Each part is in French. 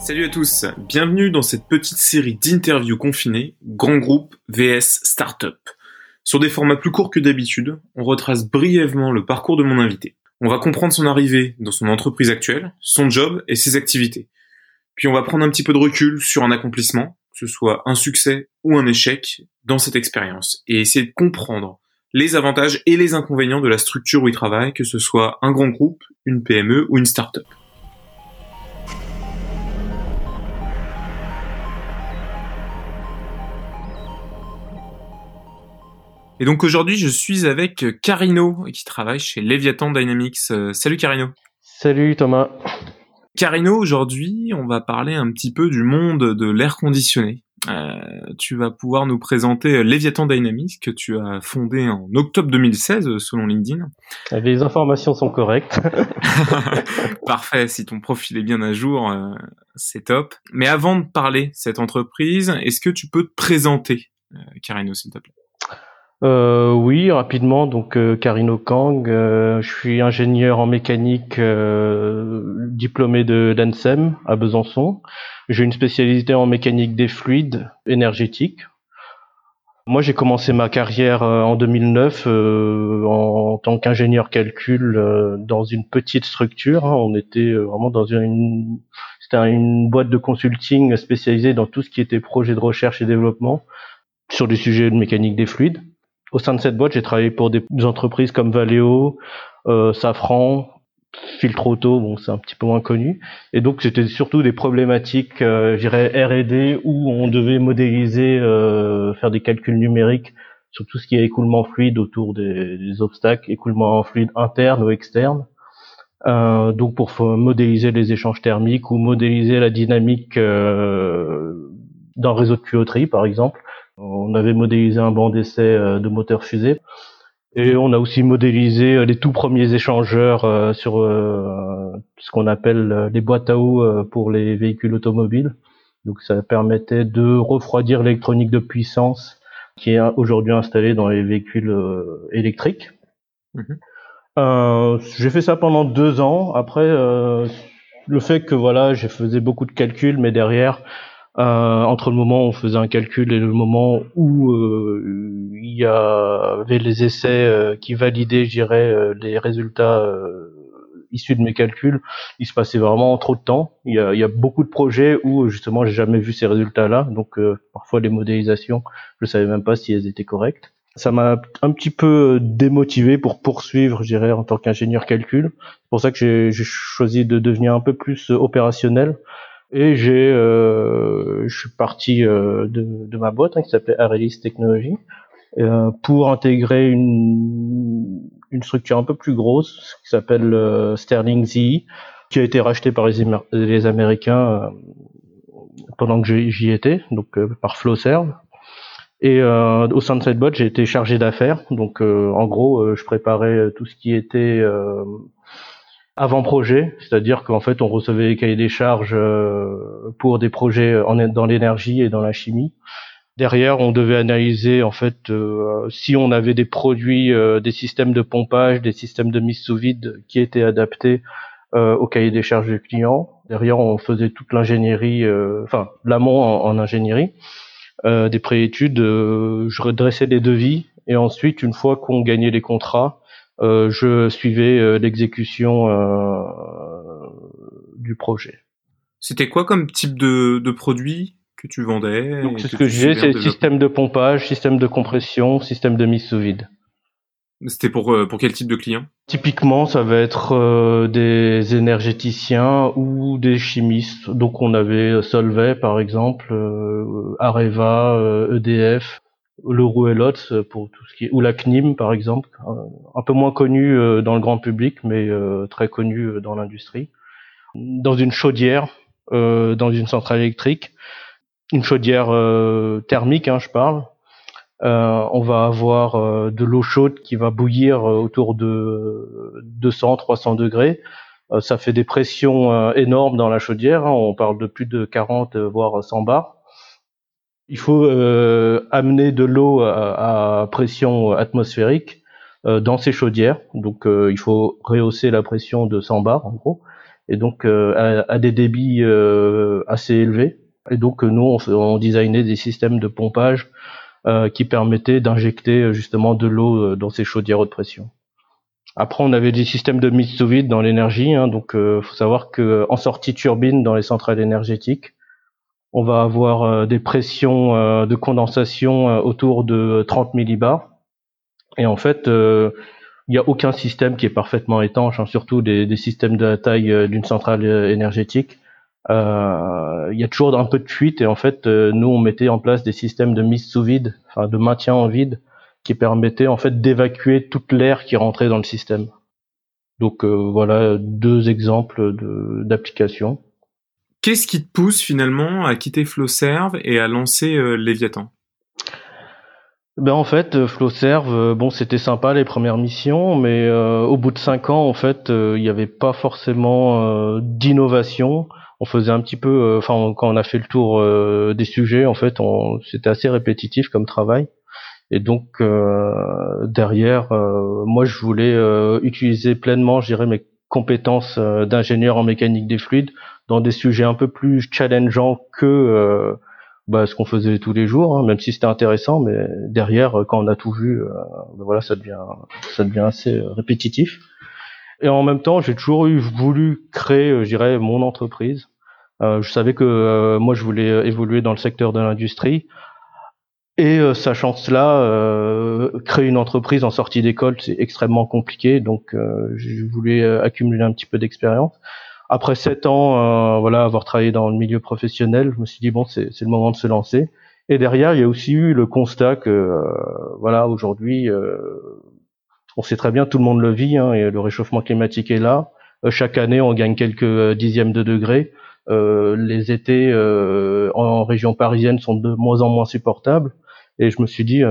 Salut à tous, bienvenue dans cette petite série d'interviews confinées, grand groupe vs start-up. Sur des formats plus courts que d'habitude, on retrace brièvement le parcours de mon invité. On va comprendre son arrivée dans son entreprise actuelle, son job et ses activités. Puis on va prendre un petit peu de recul sur un accomplissement, que ce soit un succès ou un échec dans cette expérience, et essayer de comprendre les avantages et les inconvénients de la structure où il travaille, que ce soit un grand groupe, une PME ou une start-up. Et donc aujourd'hui, je suis avec Carino, qui travaille chez Leviathan Dynamics. Salut Carino. Salut Thomas. Carino, aujourd'hui, on va parler un petit peu du monde de l'air conditionné. Tu vas pouvoir nous présenter Leviathan Dynamics, que tu as fondé en octobre 2016, selon LinkedIn. Les informations sont correctes. Parfait, si ton profil est bien à jour, c'est top. Mais avant de parler de cette entreprise, est-ce que tu peux te présenter, Carino, s'il te plaît ? Oui, rapidement. Donc, Carino Kang, je suis ingénieur en mécanique diplômé de l'ANSEM à Besançon. J'ai une spécialité en mécanique des fluides énergétiques. Moi, j'ai commencé ma carrière en 2009 en tant qu'ingénieur calcul dans une petite structure. On était vraiment dans c'était une boîte de consulting spécialisée dans tout ce qui était projet de recherche et développement sur des sujets de mécanique des fluides. Au sein de cette boîte, j'ai travaillé pour des entreprises comme Valeo, Safran, Filtre Auto, bon c'est un petit peu moins connu. Et donc c'était surtout des problématiques, je dirais R&D, où on devait modéliser, faire des calculs numériques sur tout ce qui est écoulement fluide autour des obstacles, écoulement fluide interne ou externe. Donc pour modéliser les échanges thermiques ou modéliser la dynamique d'un réseau de tuyauterie par exemple. On avait modélisé un banc d'essai de moteur fusée et on a aussi modélisé les tout premiers échangeurs sur ce qu'on appelle les boîtes à eau pour les véhicules automobiles. Donc ça permettait de refroidir l'électronique de puissance qui est aujourd'hui installée dans les véhicules électriques. J'ai fait ça pendant 2 ans. Après, le fait que voilà, je faisais beaucoup de calculs, mais derrière, entre le moment où on faisait un calcul et le moment où il y avait les essais qui validaient, je dirais, les résultats issus de mes calculs, il se passait vraiment trop de temps. Il y a beaucoup de projets où justement j'ai jamais vu ces résultats-là, donc parfois les modélisations, je savais même pas si elles étaient correctes. Ça m'a un petit peu démotivé pour poursuivre, je dirais, en tant qu'ingénieur calcul. C'est pour ça que j'ai choisi de devenir un peu plus opérationnel. Et je suis parti de ma boîte qui s'appelait Arelis Technologies pour intégrer une structure un peu plus grosse qui s'appelle Sterling ZE, qui a été rachetée par les Américains pendant que j'y étais, donc par Flowserve. Et au sein de cette boîte, j'ai été chargé d'affaires. Donc en gros, je préparais tout ce qui était avant-projet, c'est-à-dire qu'en fait, on recevait les cahiers des charges pour des projets dans l'énergie et dans la chimie. Derrière, on devait analyser en fait si on avait des produits, des systèmes de pompage, des systèmes de mise sous vide qui étaient adaptés au cahier des charges du client. Derrière, on faisait toute l'ingénierie, l'amont en ingénierie, des préétudes. Je redressais les devis et ensuite, une fois qu'on gagnait les contrats, je suivais l'exécution du projet. C'était quoi comme type de produit que tu vendais? Donc c'est ce que je disais, c'est système de pompage, système de compression, système de mise sous vide. C'était pour quel type de client? Typiquement, ça va être des énergéticiens ou des chimistes. Donc on avait Solvay par exemple, Areva, EDF, l'Euroelot pour tout ce qui est, ou la CNIM par exemple, un peu moins connu dans le grand public mais très connu dans l'industrie. Dans une chaudière, dans une centrale électrique, une chaudière thermique, je parle. On va avoir de l'eau chaude qui va bouillir autour de 200-300 degrés. Ça fait des pressions énormes dans la chaudière. On parle de plus de 40 voire 100 bars. Il faut amener de l'eau à pression atmosphérique dans ces chaudières. Donc il faut rehausser la pression de 100 bars en gros. et donc à des débits assez élevés. Et donc nous, on designait des systèmes de pompage qui permettaient d'injecter justement de l'eau dans ces chaudières haute pression. Après, on avait des systèmes de mix sous vide dans l'énergie, donc faut savoir que en sortie turbine dans les centrales énergétiques, on va avoir des pressions de condensation autour de 30 millibars. Et en fait, il n'y a aucun système qui est parfaitement étanche, surtout des systèmes de la taille d'une centrale énergétique. Il y a toujours un peu de fuite, et en fait, nous, on mettait en place des systèmes de mise sous vide, enfin de maintien en vide, qui permettaient en fait d'évacuer toute l'air qui rentrait dans le système. Donc voilà 2 exemples d'applications. Qu'est-ce qui te pousse finalement à quitter Flowserve et à lancer Léviathan? Ben en fait, Flowserve, bon, c'était sympa les premières missions, mais au bout de 5 ans, en fait, il n'y avait pas forcément d'innovation. On faisait un petit peu, enfin, quand on a fait le tour des sujets, en fait, c'était assez répétitif comme travail. Et donc derrière, moi, je voulais utiliser pleinement, je dirais, mes compétences d'ingénieur en mécanique des fluides dans des sujets un peu plus challengeants que ce qu'on faisait tous les jours, même si c'était intéressant, mais derrière, quand on a tout vu, voilà, ça devient assez répétitif. Et en même temps, j'ai toujours voulu créer, je dirais, mon entreprise. Je savais que moi, je voulais évoluer dans le secteur de l'industrie. Et sachant cela, créer une entreprise en sortie d'école, c'est extrêmement compliqué. Donc, je voulais accumuler un petit peu d'expérience. Après 7 ans, avoir travaillé dans le milieu professionnel, je me suis dit bon, c'est le moment de se lancer. Et derrière, il y a aussi eu le constat que aujourd'hui, on sait très bien, tout le monde le vit, et le réchauffement climatique est là. Chaque année, on gagne quelques dixièmes de degrés. Les étés en région parisienne sont de moins en moins supportables. Et je me suis dit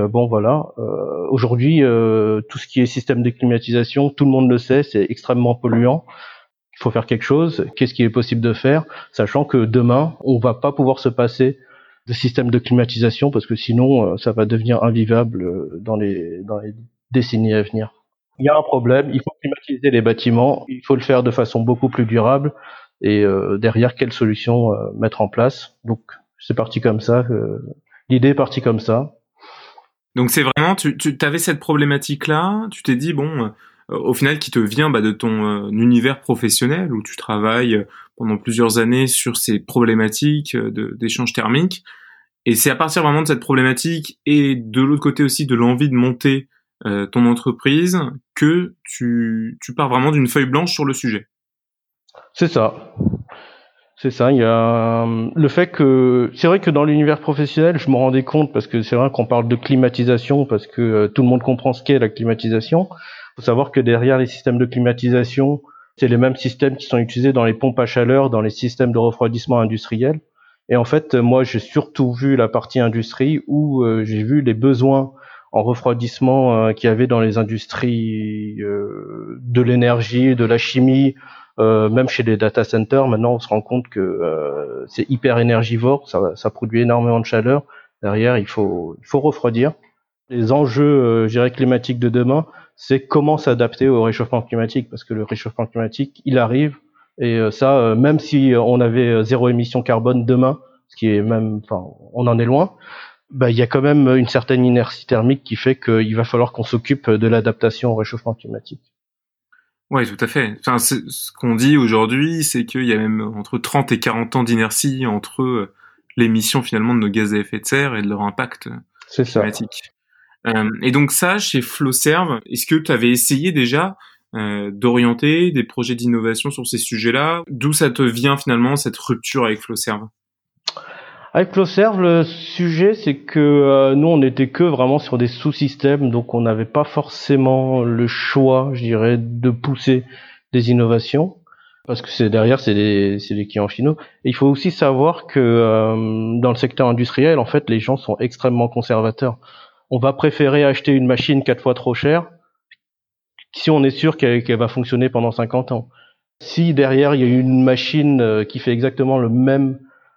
aujourd'hui, tout ce qui est système de climatisation, tout le monde le sait, c'est extrêmement polluant. Il faut faire quelque chose. Qu'est-ce qui est possible de faire, sachant que demain, on va pas pouvoir se passer de système de climatisation parce que sinon, ça va devenir invivable dans les décennies à venir. Il y a un problème, il faut climatiser les bâtiments, il faut le faire de façon beaucoup plus durable. Et derrière, quelle solution mettre en place. Donc, c'est parti comme ça. L'idée est partie comme ça. Donc c'est vraiment, tu avais cette problématique-là, tu t'es dit, bon, au final, qui te vient de ton univers professionnel où tu travailles pendant plusieurs années sur ces problématiques d'échange thermique. Et c'est à partir vraiment de cette problématique et de l'autre côté aussi de l'envie de monter ton entreprise que tu pars vraiment d'une feuille blanche sur le sujet. C'est ça. C'est ça, il y a le fait que c'est vrai que dans l'univers professionnel, je me rendais compte parce que c'est vrai qu'on parle de climatisation parce que tout le monde comprend ce qu'est la climatisation. Il faut savoir que derrière les systèmes de climatisation, c'est les mêmes systèmes qui sont utilisés dans les pompes à chaleur, dans les systèmes de refroidissement industriel. Et en fait, moi, j'ai surtout vu la partie industrie où j'ai vu les besoins en refroidissement qu'il y avait dans les industries de l'énergie, de la chimie, même chez les data centers. Maintenant, on se rend compte que c'est hyper énergivore, ça produit énormément de chaleur. Derrière, il faut refroidir. Les enjeux, je dirais, climatiques de demain, c'est comment s'adapter au réchauffement climatique, parce que le réchauffement climatique, il arrive, et même si on avait zéro émission carbone demain, ce qui est même, enfin, on en est loin, il y a quand même une certaine inertie thermique qui fait qu'il va falloir qu'on s'occupe de l'adaptation au réchauffement climatique. Ouais, tout à fait. Enfin, ce qu'on dit aujourd'hui, c'est qu'il y a même entre 30 et 40 ans d'inertie entre l'émission finalement de nos gaz à effet de serre et de leur impact climatique. Et donc ça, chez Flowserve, est-ce que tu avais essayé déjà d'orienter des projets d'innovation sur ces sujets-là? D'où ça te vient finalement cette rupture avec Flowserve? Avec Flowserve, le sujet, c'est que nous, on n'était que vraiment sur des sous-systèmes, donc on n'avait pas forcément le choix, je dirais, de pousser des innovations, parce que c'est les clients finaux. Et il faut aussi savoir que dans le secteur industriel, en fait, les gens sont extrêmement conservateurs. On va préférer acheter une machine 4 fois trop chère si on est sûr qu'elle va fonctionner pendant 50 ans. Si derrière, il y a une machine qui fait exactement le même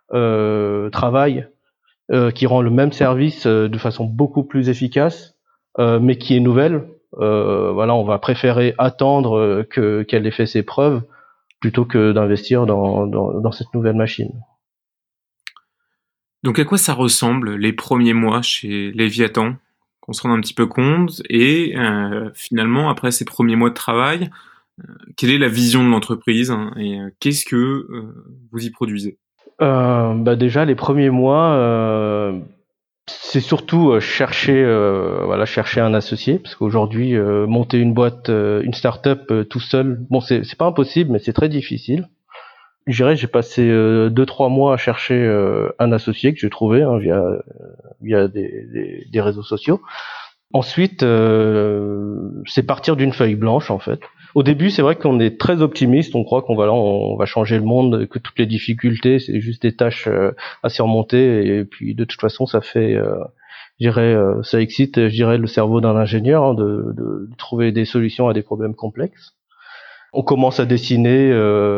travail, qui rend le même service de façon beaucoup plus efficace, mais qui est nouvelle, on va préférer attendre qu'elle ait fait ses preuves plutôt que d'investir dans cette nouvelle machine. Donc à quoi ça ressemble les premiers mois chez Léviathan, qu'on se rende un petit peu compte, et finalement, après ces premiers mois de travail, quelle est la vision de l'entreprise, hein, et qu'est-ce que vous y produisez? Déjà, les premiers mois, c'est surtout chercher un associé, parce qu'aujourd'hui, monter une boîte, une start-up tout seul, bon, c'est pas impossible, mais c'est très difficile. Je dirais, j'ai passé 2-3 mois à chercher un associé que j'ai trouvé via des réseaux sociaux. Ensuite, c'est partir d'une feuille blanche en fait. Au début, c'est vrai qu'on est très optimiste, on croit on va changer le monde, que toutes les difficultés, c'est juste des tâches à surmonter, et puis de toute façon, ça fait, ça excite, je dirais, le cerveau d'un ingénieur hein, de trouver des solutions à des problèmes complexes. On commence à dessiner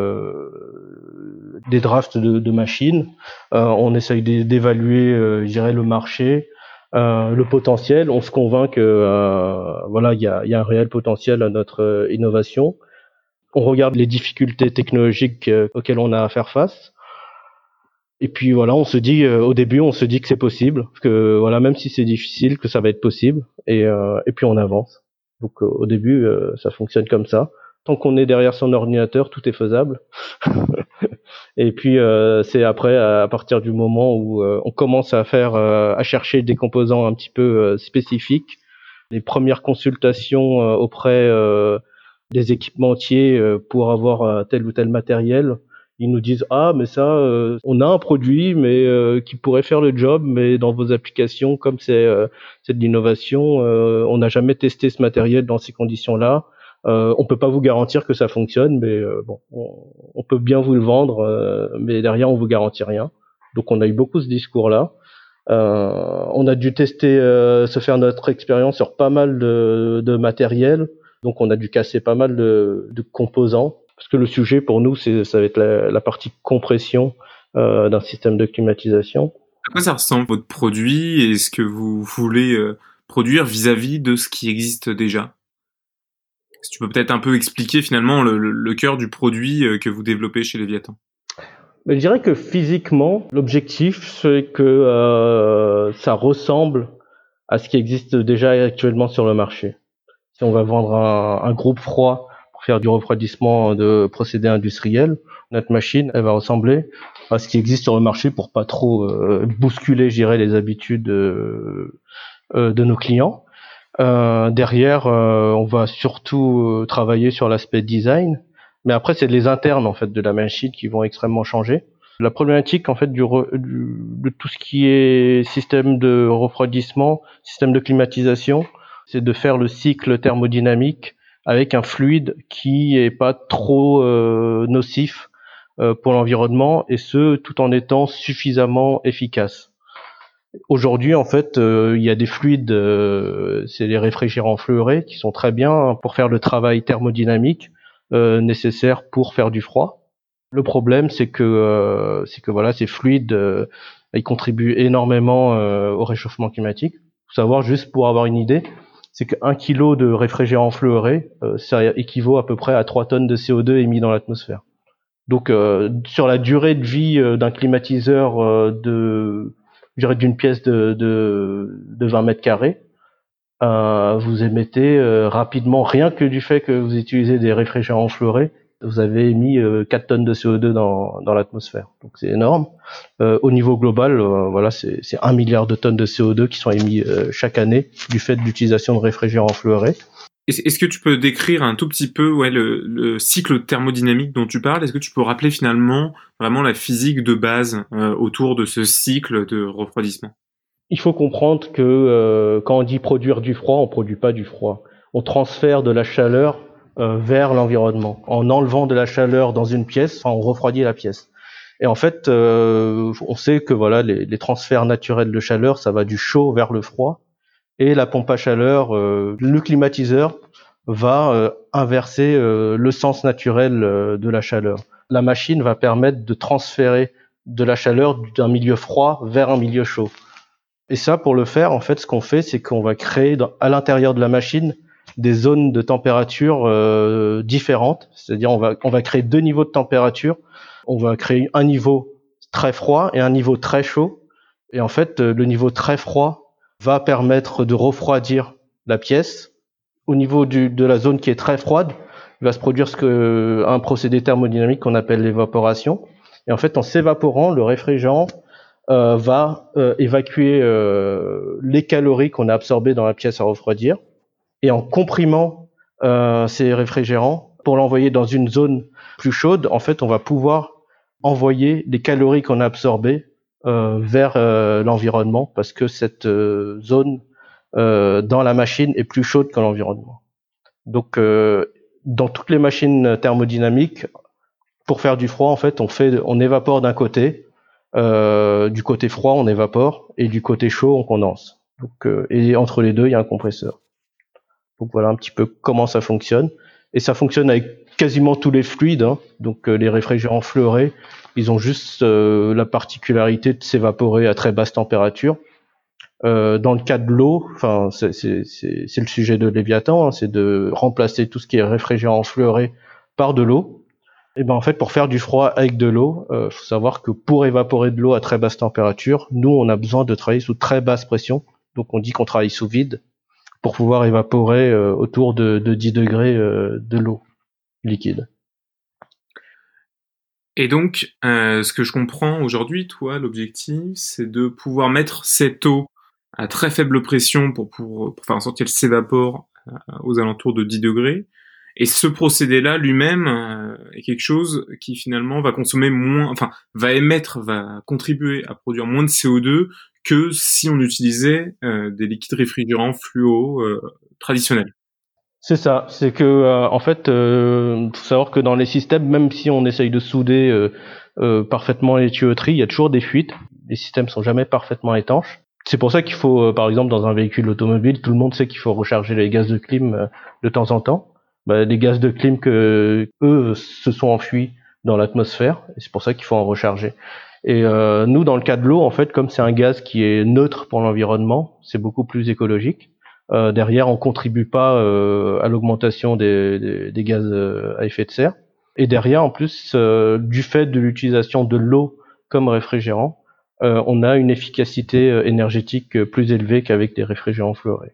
des drafts de machines. On essaye d'évaluer, je dirais, le marché, le potentiel. On se convainc que voilà, il y a un réel potentiel à notre innovation. On regarde les difficultés technologiques auxquelles on a à faire face. Et puis voilà, on se dit au début, on se dit que c'est possible, que voilà, même si c'est difficile, que ça va être possible. Et puis on avance. Donc au début, ça fonctionne comme ça. Tant qu'on est derrière son ordinateur, tout est faisable. Et puis c'est après, à partir du moment où on commence à chercher des composants un petit peu spécifiques, les premières consultations auprès des équipementiers pour avoir tel ou tel matériel, ils nous disent mais ça on a un produit mais qui pourrait faire le job, mais dans vos applications, comme c'est de l'innovation, on n'a jamais testé ce matériel dans ces conditions-là. On peut pas vous garantir que ça fonctionne, mais bon, on peut bien vous le vendre, mais derrière on vous garantit rien. Donc on a eu beaucoup ce discours-là. On a dû se faire notre expérience sur pas mal de matériel. Donc on a dû casser pas mal de composants, parce que le sujet pour nous, ça va être la partie compression d'un système de climatisation. À quoi ça ressemble votre produit et ce que vous voulez produire vis-à-vis de ce qui existe déjà? Si tu peux peut-être un peu expliquer finalement le cœur du produit que vous développez chez Léviathan. Mais je dirais que physiquement, l'objectif, c'est que ça ressemble à ce qui existe déjà actuellement sur le marché. Si on va vendre un groupe froid pour faire du refroidissement de procédés industriels, notre machine, elle va ressembler à ce qui existe sur le marché pour pas trop bousculer, je dirais, les habitudes de nos clients. Derrière, on va surtout travailler sur l'aspect design, mais après c'est les internes en fait de la machine qui vont extrêmement changer. La problématique en fait de tout ce qui est système de refroidissement, système de climatisation, c'est de faire le cycle thermodynamique avec un fluide qui est pas trop nocif pour l'environnement, et ce tout en étant suffisamment efficace. Aujourd'hui, en fait, il y a des fluides, c'est les réfrigérants fluorés qui sont très bien pour faire le travail thermodynamique nécessaire pour faire du froid. Le problème, c'est que voilà, ces fluides, ils contribuent énormément au réchauffement climatique. Faut savoir, juste pour avoir une idée, c'est qu'un kilo de réfrigérant fluoré, ça équivaut à peu près à 3 tonnes de CO2 émis dans l'atmosphère. Donc, sur la durée de vie d'un climatiseur je dirais d'une pièce de 20 mètres carrés, vous émettez rapidement, rien que du fait que vous utilisez des réfrigérants fluorés, vous avez émis 4 tonnes de CO2 dans l'atmosphère. Donc c'est énorme. Au niveau global, voilà, c'est 1 milliard de tonnes de CO2 qui sont émis chaque année du fait de l'utilisation de réfrigérants fluorés. Est-ce que tu peux décrire un tout petit peu le cycle thermodynamique dont tu parles? Est-ce que tu peux rappeler finalement vraiment la physique de base autour de ce cycle de refroidissement? Il faut comprendre que quand on dit produire du froid, on produit pas du froid. On transfère de la chaleur vers l'environnement. En enlevant de la chaleur dans une pièce, on refroidit la pièce. Et en fait, on sait que voilà, les transferts naturels de chaleur, ça va du chaud vers le froid. Et la pompe à chaleur, le climatiseur va inverser le sens naturel de la chaleur. La machine va permettre de transférer de la chaleur d'un milieu froid vers un milieu chaud. Et ça, pour le faire, en fait, ce qu'on fait, c'est qu'on va créer à l'intérieur de la machine des zones de température différentes. C'est-à-dire on va créer 2 niveaux de température. On va créer un niveau très froid et un niveau très chaud. Et en fait, le niveau très froid va permettre de refroidir la pièce. Au niveau de la zone qui est très froide, il va se produire un procédé thermodynamique qu'on appelle l'évaporation. Et en fait, en s'évaporant, le réfrigérant va évacuer les calories qu'on a absorbées dans la pièce à refroidir. Et en comprimant ces réfrigérants, pour l'envoyer dans une zone plus chaude, en fait, on va pouvoir envoyer les calories qu'on a absorbées vers l'environnement, parce que cette zone dans la machine est plus chaude que l'environnement. Donc, dans toutes les machines thermodynamiques, pour faire du froid, en fait, on évapore d'un côté, du côté froid, on évapore, et du côté chaud, on condense. Donc, et entre les deux, il y a un compresseur. Donc voilà un petit peu comment ça fonctionne. Et ça fonctionne avec quasiment tous les fluides. Hein. Donc les réfrigérants fleurés, ils ont juste la particularité de s'évaporer à très basse température. Dans le cas de l'eau, enfin c'est le sujet de Léviathan, hein, c'est de remplacer tout ce qui est réfrigérant fleuré par de l'eau. Et ben en fait, pour faire du froid avec de l'eau, faut savoir que pour évaporer de l'eau à très basse température, nous on a besoin de travailler sous très basse pression. Donc on dit qu'on travaille sous vide pour pouvoir évaporer autour de 10 degrés de l'eau liquide. Et donc, ce que je comprends aujourd'hui, toi, l'objectif, c'est de pouvoir mettre cette eau à très faible pression pour faire en sorte qu'elle s'évapore aux alentours de 10 degrés. Et ce procédé-là, lui-même, est quelque chose qui finalement va consommer moins, enfin, va contribuer à produire moins de CO2 que si on utilisait des liquides réfrigérants fluo traditionnels. C'est ça, c'est que en fait, faut savoir que dans les systèmes, même si on essaye de souder parfaitement les tuyauteries, il y a toujours des fuites. Les systèmes sont jamais parfaitement étanches. C'est pour ça qu'il faut, par exemple, dans un véhicule automobile, tout le monde sait qu'il faut recharger les gaz de clim de temps en temps. Les gaz de clim que eux se sont enfuis dans l'atmosphère, et c'est pour ça qu'il faut en recharger. Et nous, dans le cas de l'eau, en fait, comme c'est un gaz qui est neutre pour l'environnement, c'est beaucoup plus écologique. Derrière, on contribue pas à l'augmentation des gaz à effet de serre. Et derrière, en plus, du fait de l'utilisation de l'eau comme réfrigérant, on a une efficacité énergétique plus élevée qu'avec des réfrigérants fluorés.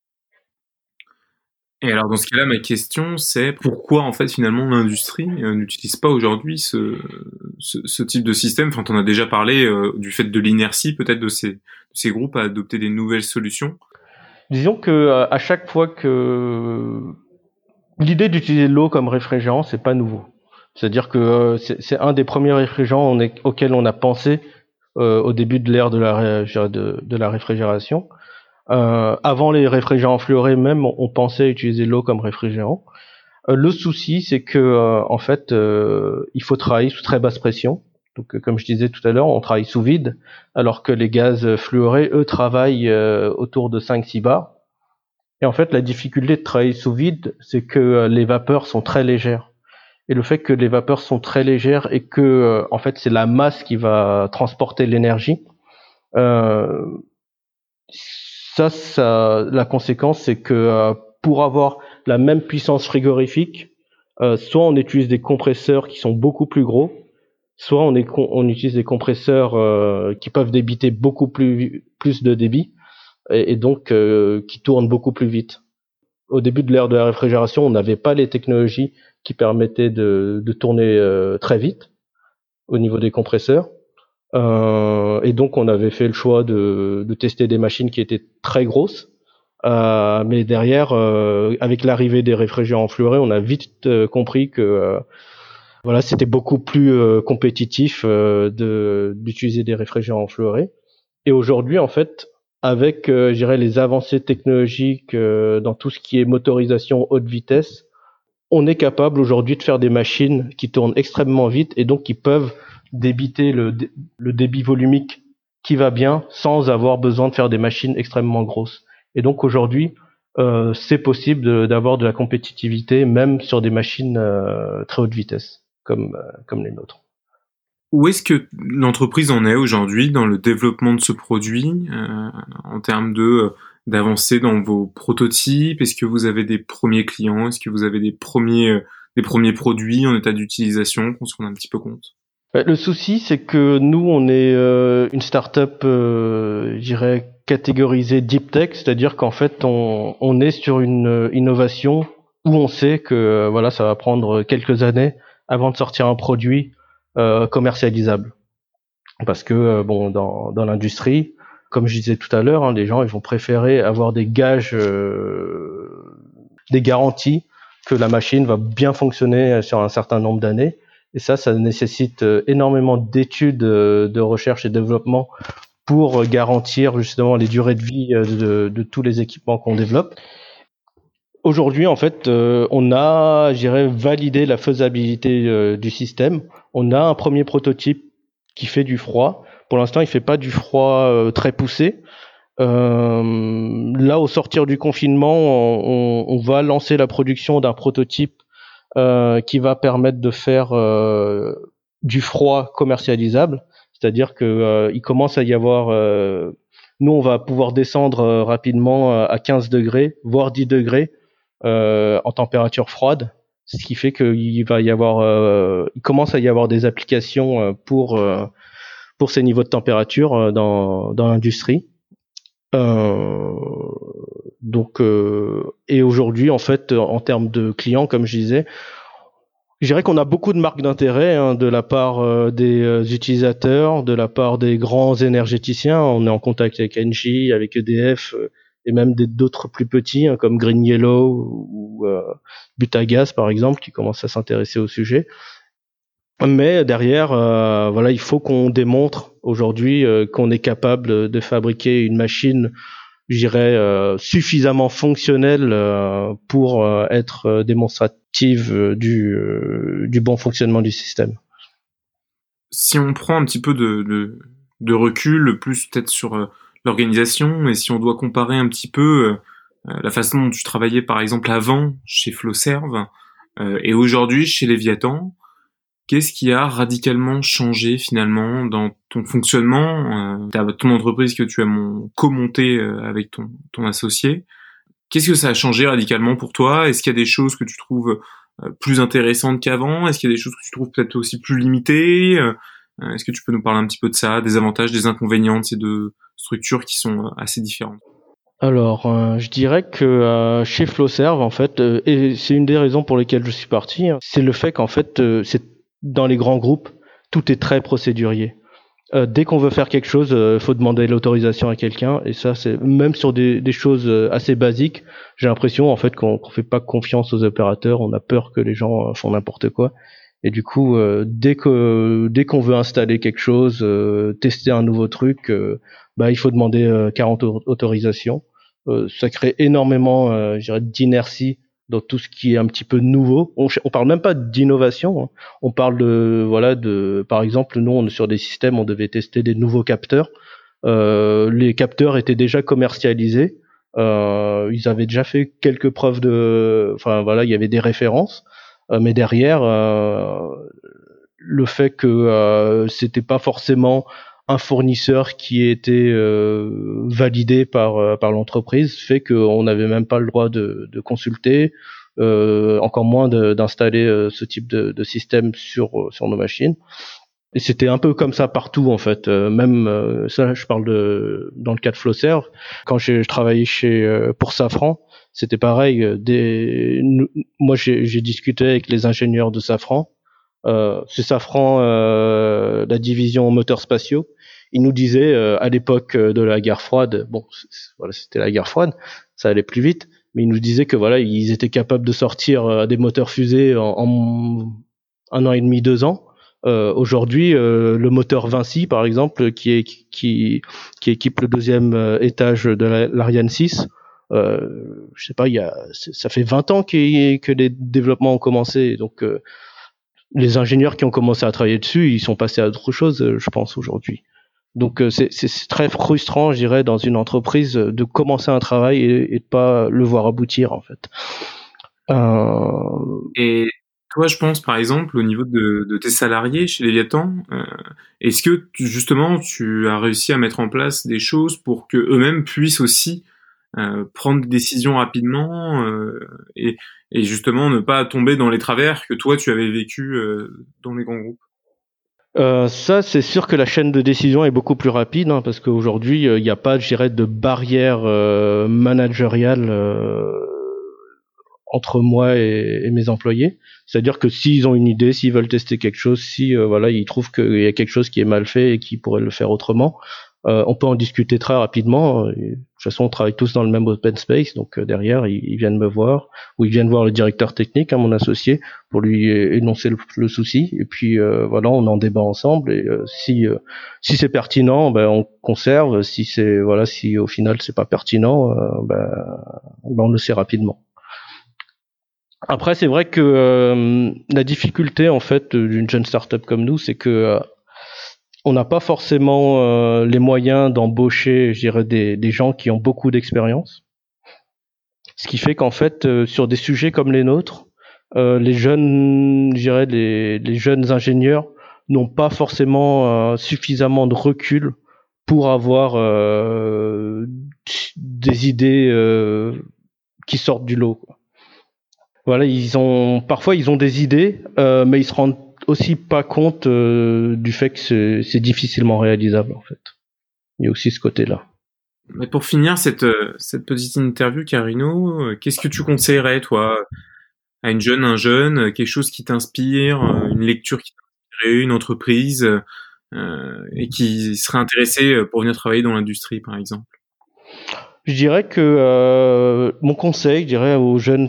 Et alors dans ce cas-là, ma question c'est pourquoi en fait finalement l'industrie n'utilise pas aujourd'hui ce type de système. Enfin, t'en as déjà parlé du fait de l'inertie peut-être de ces groupes à adopter des nouvelles solutions. Disons que à chaque fois que l'idée d'utiliser l'eau comme réfrigérant, c'est pas nouveau. C'est-à-dire que c'est un des premiers réfrigérants auxquels on a pensé au début de l'ère de la réfrigération. Avant les réfrigérants fluorés même, on pensait utiliser l'eau comme réfrigérant. Le souci, c'est que en fait, il faut travailler sous très basse pression. Donc, comme je disais tout à l'heure, on travaille sous vide, alors que les gaz fluorés, eux, travaillent autour de 5-6 bars. Et en fait, la difficulté de travailler sous vide, c'est que les vapeurs sont très légères. Et le fait que les vapeurs sont très légères et que, en fait, c'est la masse qui va transporter l'énergie, euh, la conséquence, c'est que pour avoir la même puissance frigorifique, soit on utilise des compresseurs qui sont beaucoup plus gros, soit on utilise des compresseurs qui peuvent débiter beaucoup plus de débit et donc qui tournent beaucoup plus vite. Au début de l'ère de la réfrigération, on n'avait pas les technologies qui permettaient de tourner très vite au niveau des compresseurs. Et donc on avait fait le choix de tester des machines qui étaient très grosses. Mais derrière, avec l'arrivée des réfrigérants fluorés, on a vite compris que voilà, c'était beaucoup plus compétitif d'utiliser des réfrigérants fluorés. Et aujourd'hui, en fait, avec, je dirais, les avancées technologiques dans tout ce qui est motorisation haute vitesse, on est capable aujourd'hui de faire des machines qui tournent extrêmement vite et donc qui peuvent débiter le débit volumique qui va bien sans avoir besoin de faire des machines extrêmement grosses. Et donc aujourd'hui, c'est possible d'avoir de la compétitivité même sur des machines très haute vitesse comme les nôtres. Où est-ce que l'entreprise en est aujourd'hui dans le développement de ce produit en termes de d'avancer dans vos prototypes? Est-ce que vous avez des premiers clients? Est-ce que vous avez des premiers produits en état d'utilisation qu'on se rende un petit peu compte? Le souci, c'est que nous, on est une start-up, je dirais, catégorisée deep tech, c'est-à-dire qu'en fait, on est sur une innovation où on sait que voilà, ça va prendre quelques années avant de sortir un produit commercialisable. Parce que bon, dans l'industrie, comme je disais tout à l'heure, les gens ils vont préférer avoir des gages, des garanties que la machine va bien fonctionner sur un certain nombre d'années. Et ça nécessite énormément d'études, de recherche et développement pour garantir justement les durées de vie de tous les équipements qu'on développe. Aujourd'hui, en fait, on a, je dirais, validé la faisabilité du système. On a un premier prototype qui fait du froid. Pour l'instant, il fait pas du froid très poussé. Là, au sortir du confinement, on va lancer la production d'un prototype qui va permettre de faire du froid commercialisable. C'est-à-dire que il commence à y avoir nous, on va pouvoir descendre rapidement à 15 degrés, voire 10 degrés en température froide, ce qui fait qu'il va y avoir, il commence à y avoir des applications pour ces niveaux de température dans l'industrie. Donc, et aujourd'hui, en fait, en termes de clients, comme je disais, je dirais qu'on a beaucoup de marques d'intérêt de la part des utilisateurs, de la part des grands énergéticiens. On est en contact avec Engie, avec EDF et même d'autres plus petits comme Green Yellow ou Butagaz par exemple qui commencent à s'intéresser au sujet. Mais derrière, voilà, il faut qu'on démontre aujourd'hui qu'on est capable de fabriquer une machine, je dirais, suffisamment fonctionnelle pour être démonstrative du bon fonctionnement du système. Si on prend un petit peu de recul, plus peut-être sur l'organisation, et si on doit comparer un petit peu la façon dont tu travaillais par exemple avant chez Flowserve et aujourd'hui chez Leviathan, qu'est-ce qui a radicalement changé finalement dans ton fonctionnement, ton entreprise que tu as co-montée avec ton associé? Qu'est-ce que ça a changé radicalement pour toi? Est-ce qu'il y a des choses que tu trouves plus intéressantes qu'avant? Est-ce qu'il y a des choses que tu trouves peut-être aussi plus limitées? Est-ce que tu peux nous parler un petit peu de ça, des avantages, des inconvénients de ces deux structures qui sont assez différentes? Alors, je dirais que chez Flowserve, en fait, et c'est une des raisons pour lesquelles je suis parti, c'est le fait qu'en fait, c'est dans les grands groupes, tout est très procédurier. Dès qu'on veut faire quelque chose, faut demander l'autorisation à quelqu'un, et ça, c'est même sur des choses assez basiques. J'ai l'impression en fait qu'on fait pas confiance aux opérateurs, on a peur que les gens font n'importe quoi. Et du coup, dès qu'on veut installer quelque chose, tester un nouveau truc, il faut demander 40 autorisations. Ça crée énormément, je dirais, d'inertie dans tout ce qui est un petit peu nouveau. On parle même pas d'innovation, hein. On parle par exemple, nous on est sur des systèmes, on devait tester des nouveaux capteurs. Les capteurs étaient déjà commercialisés. Ils avaient déjà fait quelques preuves il y avait des références. Mais derrière, le fait que c'était pas forcément un fournisseur qui était validé par l'entreprise fait qu'on n'avait même pas le droit de consulter, encore moins d'installer ce type de système sur nos machines. Et c'était un peu comme ça partout en fait. Même ça, je parle dans le cas de Flowserve. Quand je travaillais pour Safran, c'était pareil. Moi, j'ai discuté avec les ingénieurs de Safran. C'est Safran, la division moteurs spatiaux. Ils nous disaient à l'époque de la guerre froide, voilà, c'était la guerre froide, ça allait plus vite, mais ils nous disaient que voilà, ils étaient capables de sortir des moteurs fusées en 1 an et demi, 2 ans. Aujourd'hui, le moteur Vinci, par exemple, qui équipe le deuxième étage de l'Ariane 6, je sais pas, ça fait 20 ans que les développements ont commencé. Donc, les ingénieurs qui ont commencé à travailler dessus, ils sont passés à autre chose, je pense, aujourd'hui. Donc, c'est très frustrant, je dirais, dans une entreprise, de commencer un travail et de pas le voir aboutir, en fait. Et toi, je pense par exemple au niveau de tes salariés chez Leviathan, est-ce que justement tu as réussi à mettre en place des choses pour que eux-mêmes puissent aussi prendre des décisions rapidement et, et justement ne pas tomber dans les travers que toi tu avais vécu dans les grands groupes? Ça, c'est sûr que la chaîne de décision est beaucoup plus rapide, hein, parce qu'aujourd'hui, il n'y a pas, je dirais, de barrière managériale entre moi et mes employés. C'est-à-dire que s'ils ont une idée, s'ils veulent tester quelque chose, si voilà, ils trouvent qu'il y a quelque chose qui est mal fait et qu'ils pourraient le faire autrement, on peut en discuter très rapidement. Et, de toute façon, on travaille tous dans le même open space, donc derrière, ils viennent me voir, ou ils viennent voir le directeur technique, hein, mon associé, pour lui énoncer le souci. Et puis voilà, on en débat ensemble. Et si c'est pertinent, ben on conserve. Si c'est voilà, si au final c'est pas pertinent, ben on le sait rapidement. Après, c'est vrai que la difficulté en fait d'une jeune startup comme nous, c'est que on n'a pas forcément les moyens d'embaucher, je dirais, des gens qui ont beaucoup d'expérience. Ce qui fait qu'en fait, sur des sujets comme les nôtres, les jeunes, je dirais, les jeunes ingénieurs n'ont pas forcément suffisamment de recul pour avoir des idées qui sortent du lot, quoi. Voilà, parfois ils ont des idées, mais ils se rendent aussi pas compte du fait que c'est difficilement réalisable en fait. Il y a aussi ce côté-là. Mais pour finir cette petite interview, Carino, qu'est-ce que tu conseillerais toi à une jeune, un jeune, quelque chose qui t'inspire, une lecture qui t'inspire, une entreprise et qui serait intéressé pour venir travailler dans l'industrie, par exemple? Je dirais que mon conseil, je dirais aux jeunes,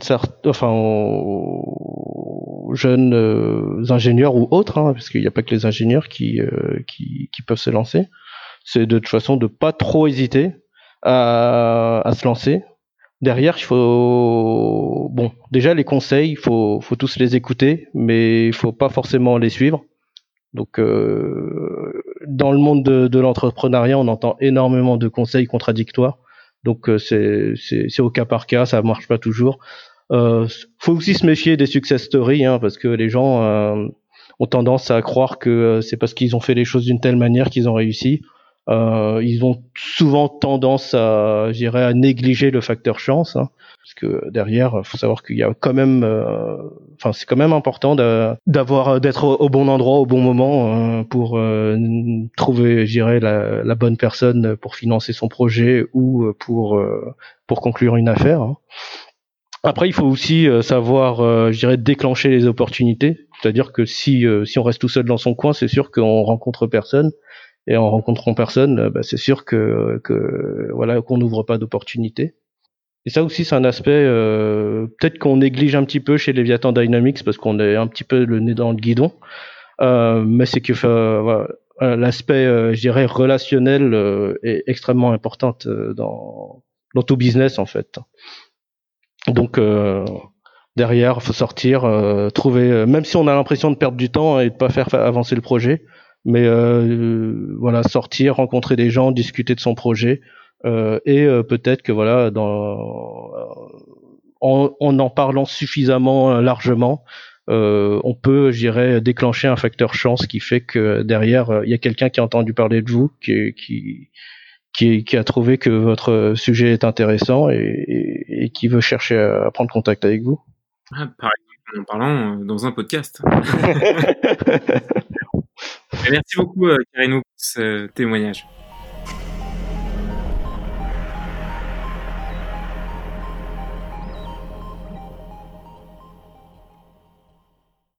aux jeunes ingénieurs ou autres, hein, parce qu'il n'y a pas que les ingénieurs qui peuvent se lancer, c'est de toute façon de pas trop hésiter à se lancer. Derrière, il faut déjà les conseils, faut tous les écouter, mais il faut pas forcément les suivre. Donc dans le monde de l'entrepreneuriat, on entend énormément de conseils contradictoires. Donc c'est au cas par cas, ça marche pas toujours. Faut aussi se méfier des success stories, hein, parce que les gens ont tendance à croire que c'est parce qu'ils ont fait les choses d'une telle manière qu'ils ont réussi. Ils ont souvent tendance à, je dirais, à négliger le facteur chance, hein, parce que derrière, faut savoir qu'il y a quand même, c'est quand même important d'être au bon endroit au bon moment pour trouver, je dirais, la bonne personne pour financer son projet ou pour conclure une affaire, hein. Après, il faut aussi savoir, je dirais, déclencher les opportunités. C'est-à-dire que si on reste tout seul dans son coin, c'est sûr qu'on rencontre personne. Et en rencontrant personne, c'est sûr que voilà qu'on n'ouvre pas d'opportunités. Et ça aussi, c'est un aspect peut-être qu'on néglige un petit peu chez Leviathan Dynamics parce qu'on est un petit peu le nez dans le guidon. Mais c'est que voilà, l'aspect, je dirais, relationnel est extrêmement important dans tout business en fait. Donc derrière, faut sortir, trouver, même si on a l'impression de perdre du temps et de pas faire avancer le projet, mais voilà, sortir, rencontrer des gens, discuter de son projet, et peut-être que voilà, en parlant suffisamment largement, on peut, je dirais, déclencher un facteur chance qui fait que derrière, il y a quelqu'un qui a entendu parler de vous, qui a trouvé que votre sujet est intéressant et qui veut chercher à prendre contact avec vous. Ah, par exemple, en parlant dans un podcast. Merci beaucoup, Carino, pour ce témoignage.